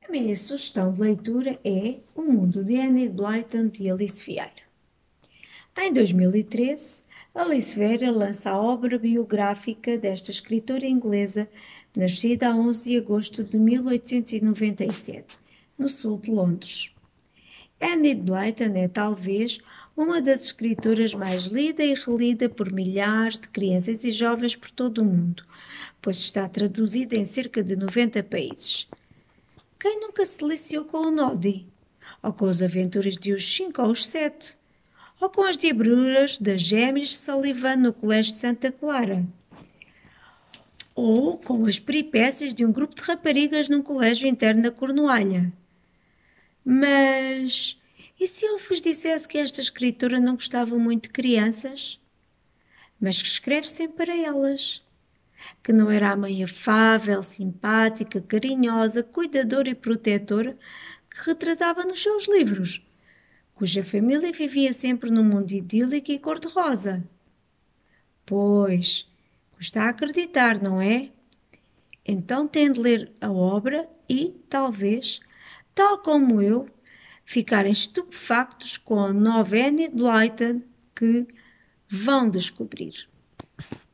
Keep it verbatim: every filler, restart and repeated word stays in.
A minha sugestão de leitura é O Mundo de Enid Blyton, de Alice Vieira. Em dois mil e treze, Alice Vieira lança a obra biográfica desta escritora inglesa, nascida a onze de agosto de mil oitocentos e noventa e sete, no sul de Londres. Enid Blyton é talvez uma das escritoras mais lida e relida por milhares de crianças e jovens por todo o mundo, pois está traduzida em cerca de noventa países. Quem nunca se deliciou com o Noddy? Ou com as aventuras de os cinco ou os sete? Ou com as diabruras das gêmeas Sullivan no Colégio de Santa Clara? Ou com as peripécias de um grupo de raparigas num colégio interno da Cornualha? Mas e se eu vos dissesse que esta escritora não gostava muito de crianças, mas que escreve sempre para elas? Que não era a mãe afável, simpática, carinhosa, cuidadora e protetora que retratava nos seus livros, cuja família vivia sempre num mundo idílico e cor-de-rosa? Pois, custa a acreditar, não é? Então tem de ler a obra e, talvez, tal como eu, ficarem estupefactos com a nova Enid Blyton que vão descobrir.